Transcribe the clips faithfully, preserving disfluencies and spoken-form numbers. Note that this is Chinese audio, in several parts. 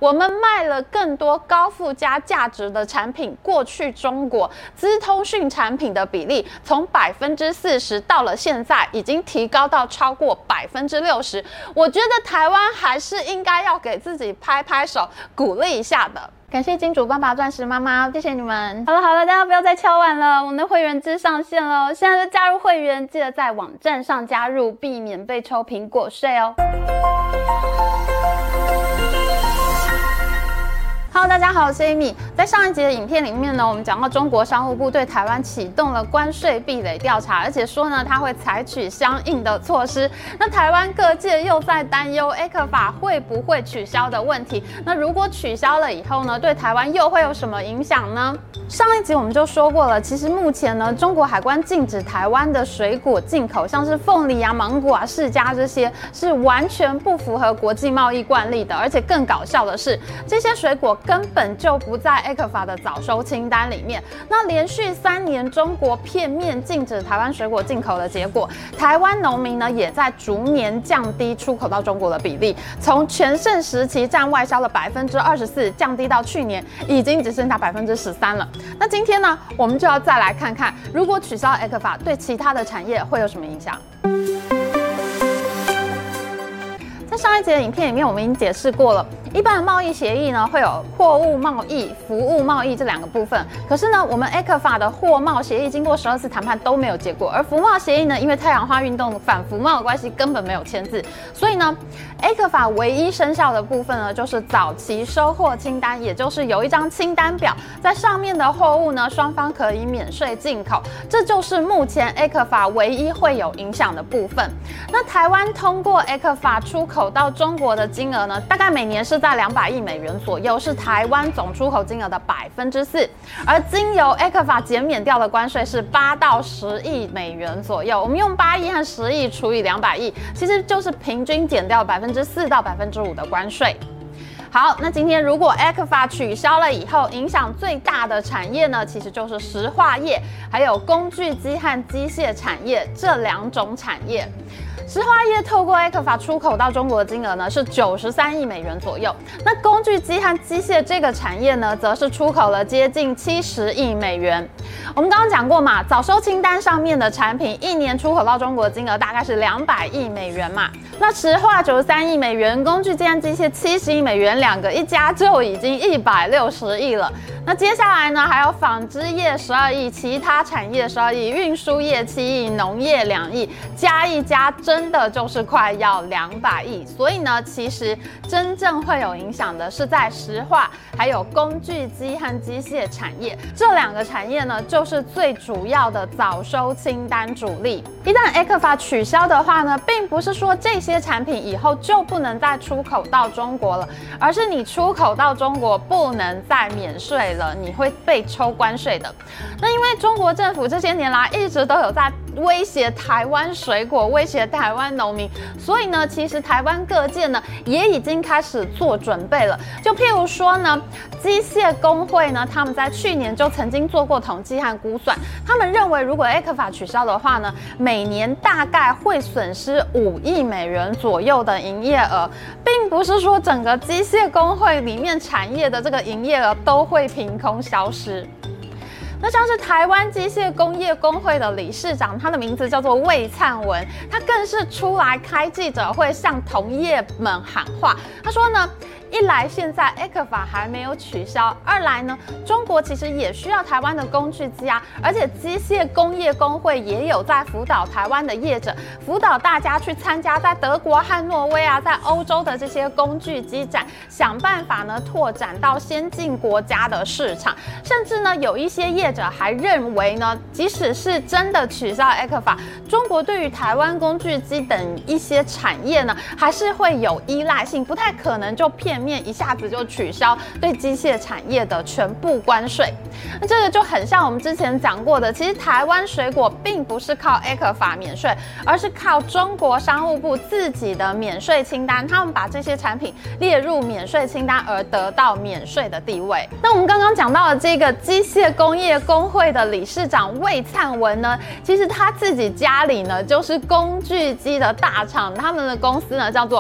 我们卖了更多高附加价值的产品过去中国，资通讯产品的比例从百分之四十到了现在已经提高到超过百分之六十。我觉得台湾还是应该要给自己拍拍手，鼓励一下的。感谢金主爸爸、钻石妈妈，谢谢你们。好了好了，大家不要再敲碗了，我们的会员制上线了，现在就加入会员，记得在网站上加入，避免被抽苹果税哦。Hello， 大家好，我是 Amy。在上一集的影片里面呢，我们讲到中国商务部对台湾启动了关税壁垒调查，而且说呢，它会采取相应的措施。那台湾各界又在担忧 E C F A 会不会取消的问题。那如果取消了以后呢，对台湾又会有什么影响呢？上一集我们就说过了，其实目前呢，中国海关禁止台湾的水果进口，像是凤梨啊、芒果啊、释迦这些，是完全不符合国际贸易惯例的。而且更搞笑的是，这些水果根本就不在 E C F A 的早收清单里面。那连续三年中国片面禁止台湾水果进口的结果，台湾农民呢也在逐年降低出口到中国的比例，从全盛时期占外销的百分之二十四，降低到去年已经只剩下百分之十三了。那今天呢，我们就要再来看看，如果取消 E C F A 对其他的产业会有什么影响。在上一节的影片里面，我们已经解释过了，一般的贸易协议呢会有货物贸易、服务贸易这两个部分。可是呢，我们 E C F A 的货贸协议经过十二次谈判都没有结果，而服贸协议呢，因为太阳花运动反服贸的关系，根本没有签字。所以呢 ，E C F A 唯一生效的部分呢，就是早期收货清单，也就是有一张清单表，在上面的货物呢，双方可以免税进口。这就是目前 E C F A 唯一会有影响的部分。那台湾通过 E C F A 出口到中国的金额呢，大概每年是在两百亿美元左右，是台湾总出口金额的百分之四。而经由 E C F A 减免掉的关税是八到十亿美元左右。我们用八亿和十亿除以两百亿，其实就是平均减掉百分之四到百分之五的关税。好，那今天如果 E C F A 取消了以后，影响最大的产业呢，其实就是石化业，还有工具机和机械产业这两种产业。石化业透过 E C F A 出口到中国的金额呢是九十三亿美元左右，那工具机和机械这个产业呢，则是出口了接近七十亿美元。我们刚刚讲过嘛，早收清单上面的产品一年出口到中国的金额大概是两百亿美元嘛，那石化九十三亿美元，工具机和机械七十亿美元，两个一加就已经一百六十亿了。那接下来呢，还有纺织业十二亿，其他产业十二亿，运输业七亿，农业两亿，加一加真的就是快要两百亿。所以呢，其实真正会有影响的是在石化还有工具机和机械产业这两个产业呢，就是最主要的早收清单主力。一旦 E C F A 取消的话呢，并不是说这些产品以后就不能再出口到中国了，而是你出口到中国不能再免税了，你会被抽关税的。那因为中国政府这些年来一直都有在威胁台湾水果，威胁台湾农民，所以呢，其实台湾各界呢也已经开始做准备了。就譬如说呢，机械工会呢，他们在去年就曾经做过统计和估算，他们认为如果 E C F A 取消的话呢，每年大概会损失五亿美元左右的营业额，并不是说整个机械工会里面产业的这个营业额都会凭空消失。那像是台湾机械工业工会的理事长，他的名字叫做魏灿文，他更是出来开记者会向同业们喊话。他说呢，一来现在 E C F A 还没有取消，二来呢，中国其实也需要台湾的工具机啊，而且机械工业工会也有在辅导台湾的业者，辅导大家去参加在德国和挪威啊，在欧洲的这些工具机展，想办法呢拓展到先进国家的市场。甚至呢，有一些业者还认为呢，即使是真的取消 E C F A， 中国对于台湾工具机等一些产业呢，还是会有依赖性，不太可能就片面一下子就取消对机械产业的全部关税。那这个就很像我们之前讲过的，其实台湾水果并不是靠 E C F A 免税，而是靠中国商务部自己的免税清单，他们把这些产品列入免税清单而得到免税的地位。那我们刚刚讲到的这个机械工业工会的理事长魏灿文呢，其实他自己家里呢就是工具机的大厂，他们的公司呢叫做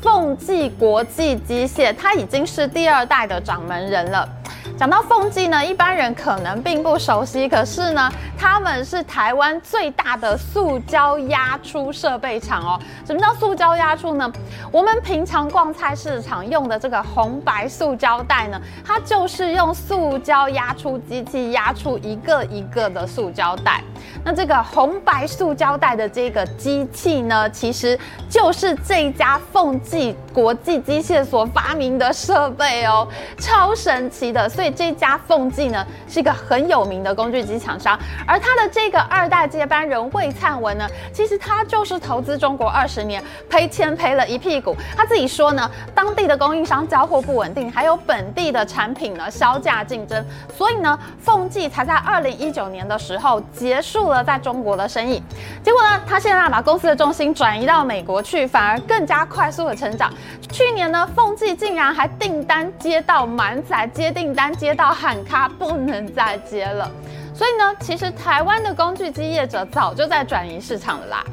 凤纪国际机械，它已经是第二代的掌门人了。讲到凤纪呢，一般人可能并不熟悉，可是呢，他们是台湾最大的塑胶压出设备厂哦。什么叫塑胶压出呢？我们平常逛菜市场用的这个红白塑胶袋呢，它就是用塑胶压出机器压出一个一个的塑胶袋。那这个红白塑胶袋的这个机器呢，其实就是这一家凤纪国际机械所发明的设备哦，超神奇的。所以这家凤纪呢是一个很有名的工具机厂商，而他的这个二代接班人魏灿文呢，其实他就是投资中国二十年，赔钱赔了一屁股。他自己说呢，当地的供应商交货不稳定，还有本地的产品呢销价竞争，所以呢，凤纪才在二零一九年的时候结束了在中国的生意。结果呢，他现在把公司的重心转移到美国去，反而更加快速的成长。去年呢，凤纪竟然还订单接到满载，接订单接到喊卡，不能再接了。所以呢，其实台湾的工具机业者早就在转移市场了啦。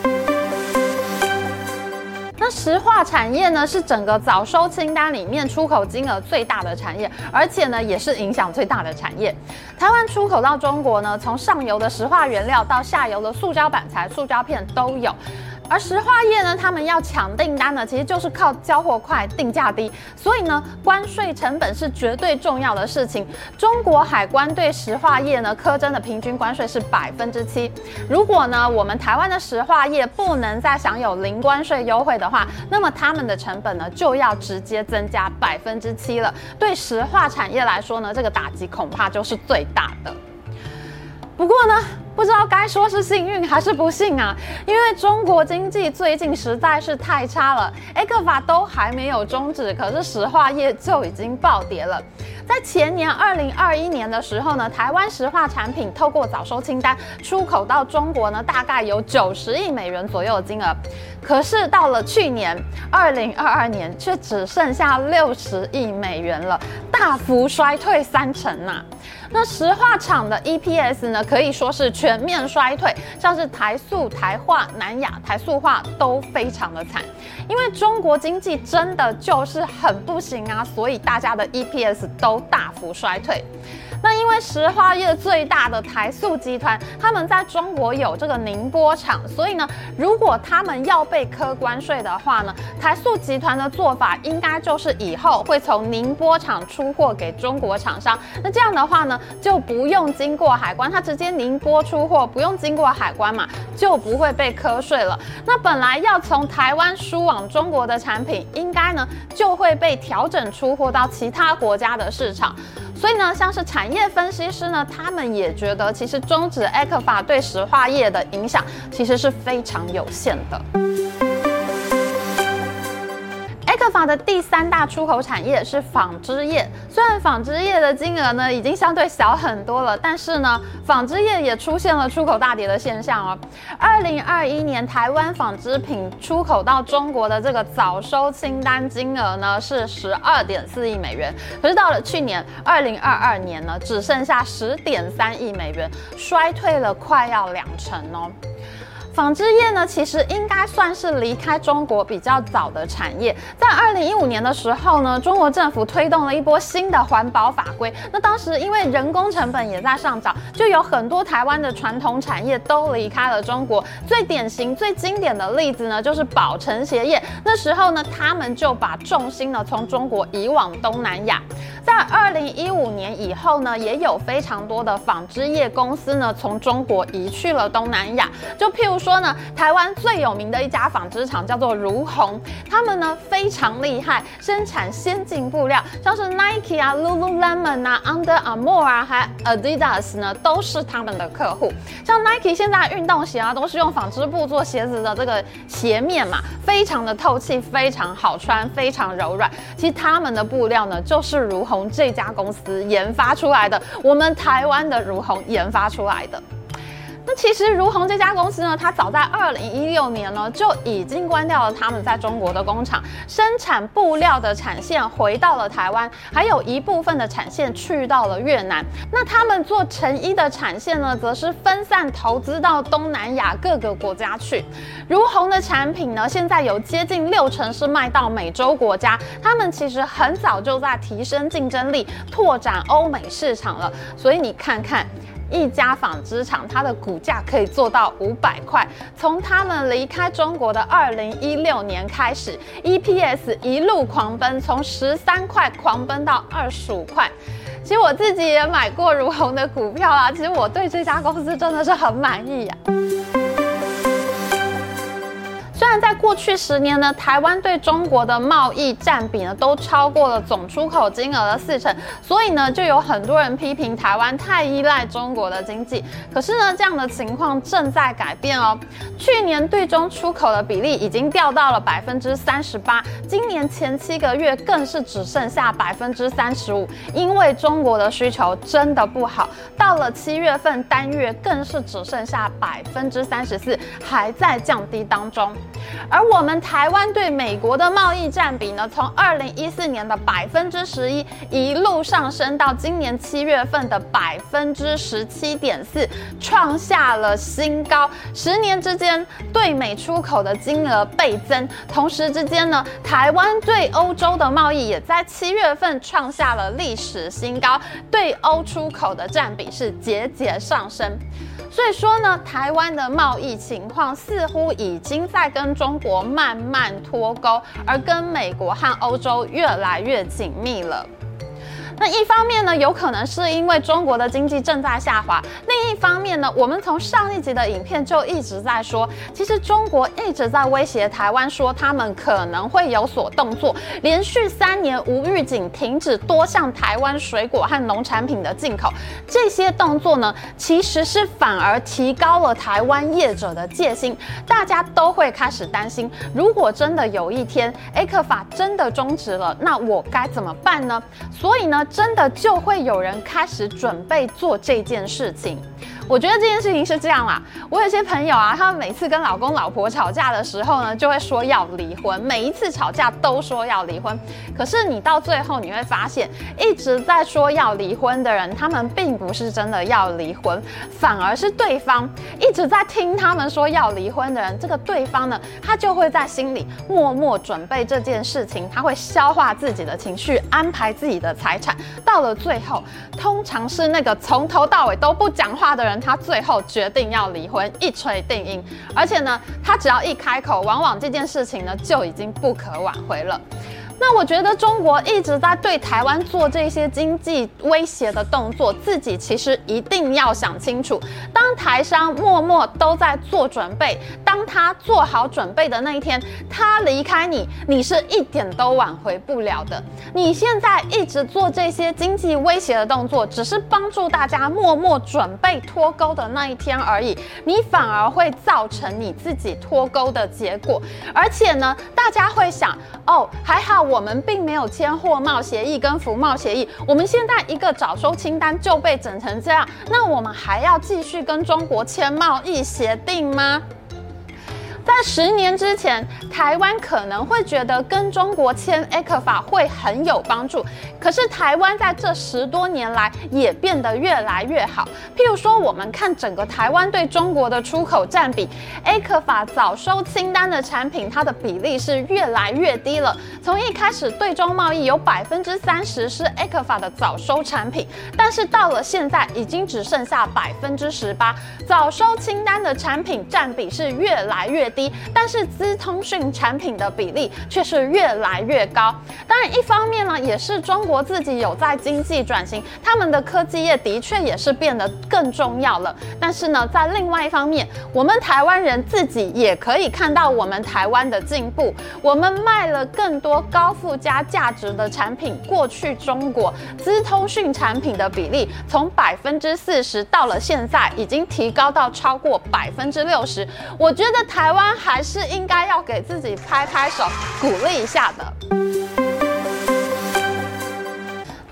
那石化产业呢，是整个早收清单里面出口金额最大的产业，而且呢，也是影响最大的产业。台湾出口到中国呢，从上游的石化原料到下游的塑胶板材、塑胶片都有。而石化业呢，他们要抢订单呢，其实就是靠交货快、定价低，所以呢，关税成本是绝对重要的事情。中国海关对石化业呢课征的平均关税是百分之七。如果呢，我们台湾的石化业不能再享有零关税优惠的话，那么他们的成本呢就要直接增加百分之七了。对石化产业来说呢，这个打击恐怕就是最大的。不过呢，不知道该说是幸运还是不幸啊，因为中国经济最近实在是太差了 ，E C F A 都还没有终止，可是石化业就已经暴跌了。在前年二零二一年的时候呢，台湾石化产品透过早收清单出口到中国呢，大概有九十亿美元左右的金额。可是到了去年二零二二年，却只剩下六十亿美元了，大幅衰退三成啊！那石化厂的 E P S 呢，可以说是全面衰退，像是台塑、台化、南亚、台塑化都非常的惨，因为中国经济真的就是很不行啊，所以大家的 E P S 都大幅衰退。那因为石化业最大的台塑集团，他们在中国有这个宁波厂，所以呢，如果他们要被科关税的话呢，台塑集团的做法应该就是以后会从宁波厂出货给中国厂商。那这样的话呢，就不用经过海关，它直接宁波出货，不用经过海关嘛，就不会被科税了。那本来要从台湾输往中国的产品，应该呢就会被调整出货到其他国家的市场。所以呢，像是产业分析师呢，他们也觉得，其实终止 E C F A 对石化业的影响其实是非常有限的。E C F A 的第三大出口产业是纺织业，虽然纺织业的金额呢已经相对小很多了，但是呢，纺织业也出现了出口大跌的现象哦。二零二一年台湾纺织品出口到中国的这个早收清单金额呢是十二点四亿美元，可是到了去年二零二二年呢，只剩下十点三亿美元，衰退了快要两成哦。纺织业呢，其实应该算是离开中国比较早的产业。在二零一五年的时候呢，中国政府推动了一波新的环保法规。那当时因为人工成本也在上涨，就有很多台湾的传统产业都离开了中国。最典型、最经典的例子呢，就是宝成鞋业。那时候呢，他们就把重心呢从中国移往东南亚。在二零一五年以后呢，也有非常多的纺织业公司呢从中国移去了东南亚。就譬如说。说呢，台湾最有名的一家纺织厂叫做如虹，他们呢非常厉害，生产先进布料，像是 Nike 啊、Lululemon 啊、Under Armour 啊，还 Adidas 呢，都是他们的客户。像 Nike 现在运动鞋啊，都是用纺织布做鞋子的这个鞋面嘛，非常的透气，非常好穿，非常柔软。其实他们的布料呢，就是如虹这家公司研发出来的，我们台湾的如虹研发出来的。 那其实如虹这家公司呢，它早在二零一六年呢就已经关掉了他们在中国的工厂，生产布料的产线回到了台湾，还有一部分的产线去到了越南。那他们做成衣的产线呢，则是分散投资到东南亚各个国家去。如虹的产品呢，现在有接近六成是卖到美洲国家，他们其实很早就在提升竞争力，拓展欧美市场了。所以你看看。一家纺织厂，它的股价可以做到五百块。从他们离开中国的二零一六年开始 ，E P S 一路狂奔，从十三块狂奔到二十五块。其实我自己也买过如虹的股票啊，其实我对这家公司真的是很满意啊。虽然在过去十年呢，台湾对中国的贸易占比呢都超过了总出口金额的四成，所以呢就有很多人批评台湾太依赖中国的经济。可是呢，这样的情况正在改变哦。去年对中出口的比例已经掉到了百分之三十八，今年前七个月更是只剩下百分之三十五，因为中国的需求真的不好。到了七月份单月更是只剩下百分之三十四，还在降低当中。而我们台湾对美国的贸易占比呢，从二零一四年的百分之十一一路上升到今年七月份的百分之十七点四，创下了新高。十年之间，对美出口的金额倍增，同时之间呢，台湾对欧洲的贸易也在七月份创下了历史新高，对欧出口的占比是节节上升。所以说呢，台湾的贸易情况似乎已经在跟中国慢慢脱钩，而跟美国和欧洲越来越紧密了。那一方面呢，有可能是因为中国的经济正在下滑；另一方面呢，我们从上一集的影片就一直在说，其实中国一直在威胁台湾，说他们可能会有所动作，连续三年无预警停止多项台湾水果和农产品的进口。这些动作呢，其实是反而提高了台湾业者的戒心，大家都会开始担心，如果真的有一天 A 克法真的终止了，那我该怎么办呢？所以呢，真的就会有人开始准备做这件事情。我觉得这件事情是这样啦，我有些朋友啊，他们每次跟老公老婆吵架的时候呢，就会说要离婚，每一次吵架都说要离婚。可是你到最后你会发现，一直在说要离婚的人，他们并不是真的要离婚，反而是对方一直在听他们说要离婚的人，这个对方呢，他就会在心里默默准备这件事情，他会消化自己的情绪，安排自己的财产，到了最后，通常是那个从头到尾都不讲话的人，他最后决定要离婚，一锤定音。而且呢，他只要一开口，往往这件事情呢就已经不可挽回了。那我觉得中国一直在对台湾做这些经济威胁的动作，自己其实一定要想清楚。当台商默默都在做准备，当他做好准备的那一天，他离开你，你是一点都挽回不了的。你现在一直做这些经济威胁的动作，只是帮助大家默默准备脱钩的那一天而已，你反而会造成你自己脱钩的结果。而且呢，大家会想，哦，还好我们并没有签货贸协议跟服贸协议，我们现在一个早收清单就被整成这样，那我们还要继续跟中国签贸易协定吗？在十年之前，台湾可能会觉得跟中国签 A 克法会很有帮助，可是台湾在这十多年来也变得越来越好。譬如说，我们看整个台湾对中国的出口占比 ，A 克法早收清单的产品，它的比例是越来越低了。从一开始对中贸易有百分之三十是 A 克法的早收产品，但是到了现在已经只剩下百分之十八，早收清单的产品占比是越来越低。但是资通讯产品的比例却是越来越高。当然，一方面呢，也是中国自己有在经济转型，他们的科技业的确也是变得更重要了。但是呢，在另外一方面，我们台湾人自己也可以看到我们台湾的进步。我们卖了更多高附加价值的产品过去中国，资通讯产品的比例从百分之四十到了现在已经提高到超过百分之六十。我觉得台湾还是应该要给自己拍拍手，鼓励一下的。最后，我们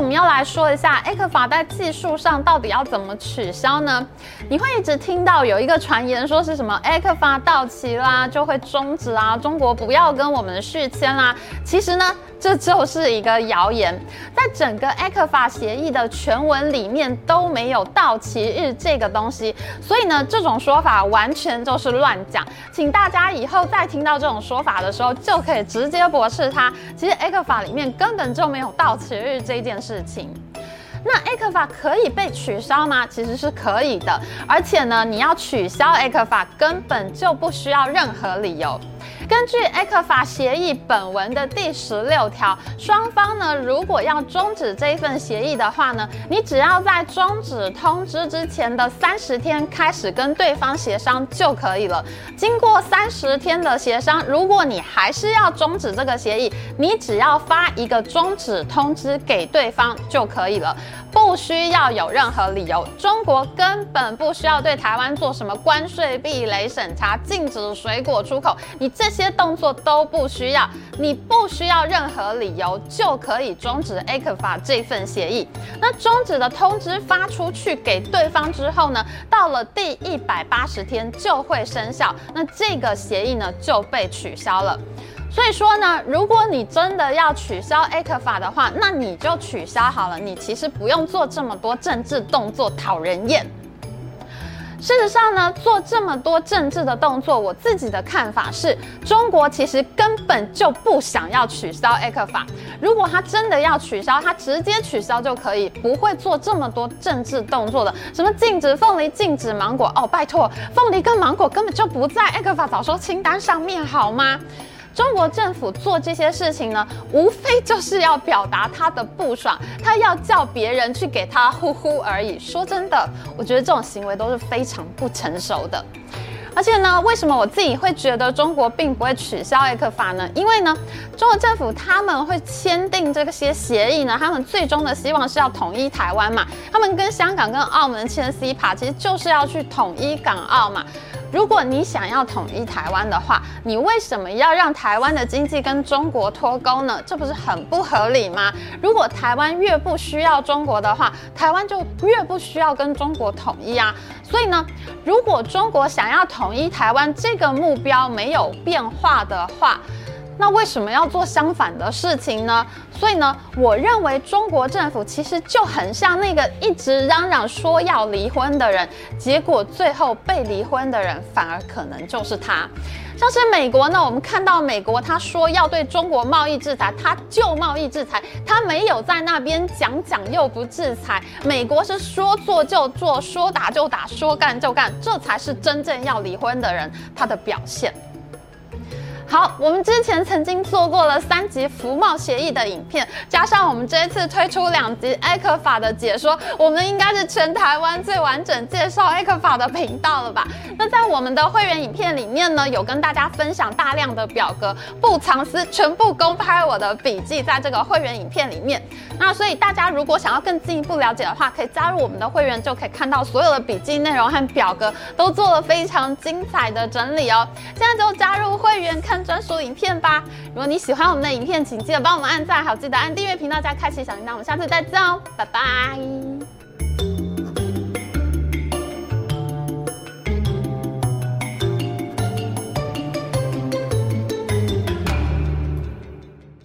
们要来说一下 E C F A 在技术上到底要怎么取消呢？你会一直听到有一个传言说是什么 E C F A 到期啦就会终止啊，中国不要跟我们续签啦。其实呢，这就是一个谣言，在整个 E C F A 协议的全文里面都没有到期日这个东西，所以呢，这种说法完全就是乱讲。请大家以后再听到这种说法的时候，就可以直接驳斥它。其实 E C F A 里面根本就没有到期日这件事情。那 E C F A 可以被取消吗？其实是可以的，而且呢，你要取消 E C F A 根本就不需要任何理由。根据 E C F A 协议本文的第十六条，双方呢如果要终止这一份协议的话呢，你只要在终止通知之前的三十天开始跟对方协商就可以了。经过三十天的协商，如果你还是要终止这个协议，你只要发一个终止通知给对方就可以了，不需要有任何理由。中国根本不需要对台湾做什么关税壁垒审查、禁止水果出口，你这些动作都不需要，你不需要任何理由就可以终止 E C F A 这份协议。那终止的通知发出去给对方之后呢，到了第一百八十天就会生效，那这个协议呢就被取消了。所以说呢，如果你真的要取消 E C F A 的话，那你就取消好了，你其实不用做这么多政治动作讨人厌。事实上呢，做这么多政治的动作，我自己的看法是，中国其实根本就不想要取消 E C F A。如果他真的要取消，他直接取消就可以，不会做这么多政治动作的。什么禁止凤梨、禁止芒果，哦，拜托，凤梨跟芒果根本就不在 E C F A 早收清单上面，好吗？中国政府做这些事情呢，无非就是要表达他的不爽，他要叫别人去给他呼呼而已。说真的，我觉得这种行为都是非常不成熟的。而且呢，为什么我自己会觉得中国并不会取消 E C F A 呢？因为呢，中国政府他们会签订这些协议呢，他们最终的希望是要统一台湾嘛。他们跟香港跟澳门签 C E P A， 其实就是要去统一港澳嘛。如果你想要统一台湾的话，你为什么要让台湾的经济跟中国脱钩呢？这不是很不合理吗？如果台湾越不需要中国的话，台湾就越不需要跟中国统一啊。所以呢，如果中国想要统一台湾这个目标没有变化的话，那为什么要做相反的事情呢？所以呢，我认为中国政府其实就很像那个一直嚷嚷说要离婚的人，结果最后被离婚的人反而可能就是他。像是美国呢，我们看到美国他说要对中国贸易制裁，他就贸易制裁，他没有在那边讲讲又不制裁。美国是说做就做，说打就打，说干就干，这才是真正要离婚的人他的表现。好，我们之前曾经做过了三集服贸协议的影片，加上我们这一次推出两集 E C F A 的解说，我们应该是全台湾最完整介绍 E C F A 的频道了吧？那在我们的会员影片里面呢，有跟大家分享大量的表格，不藏私，全部公开我的笔记在这个会员影片里面。那所以大家如果想要更进一步了解的话，可以加入我们的会员，就可以看到所有的笔记内容和表格都做了非常精彩的整理哦。现在就加入会员看专属影片吧！如果你喜欢我们的影片，请记得帮我们按赞，还有记得按订阅频道加开启小铃铛。我们下次再见哦，拜拜。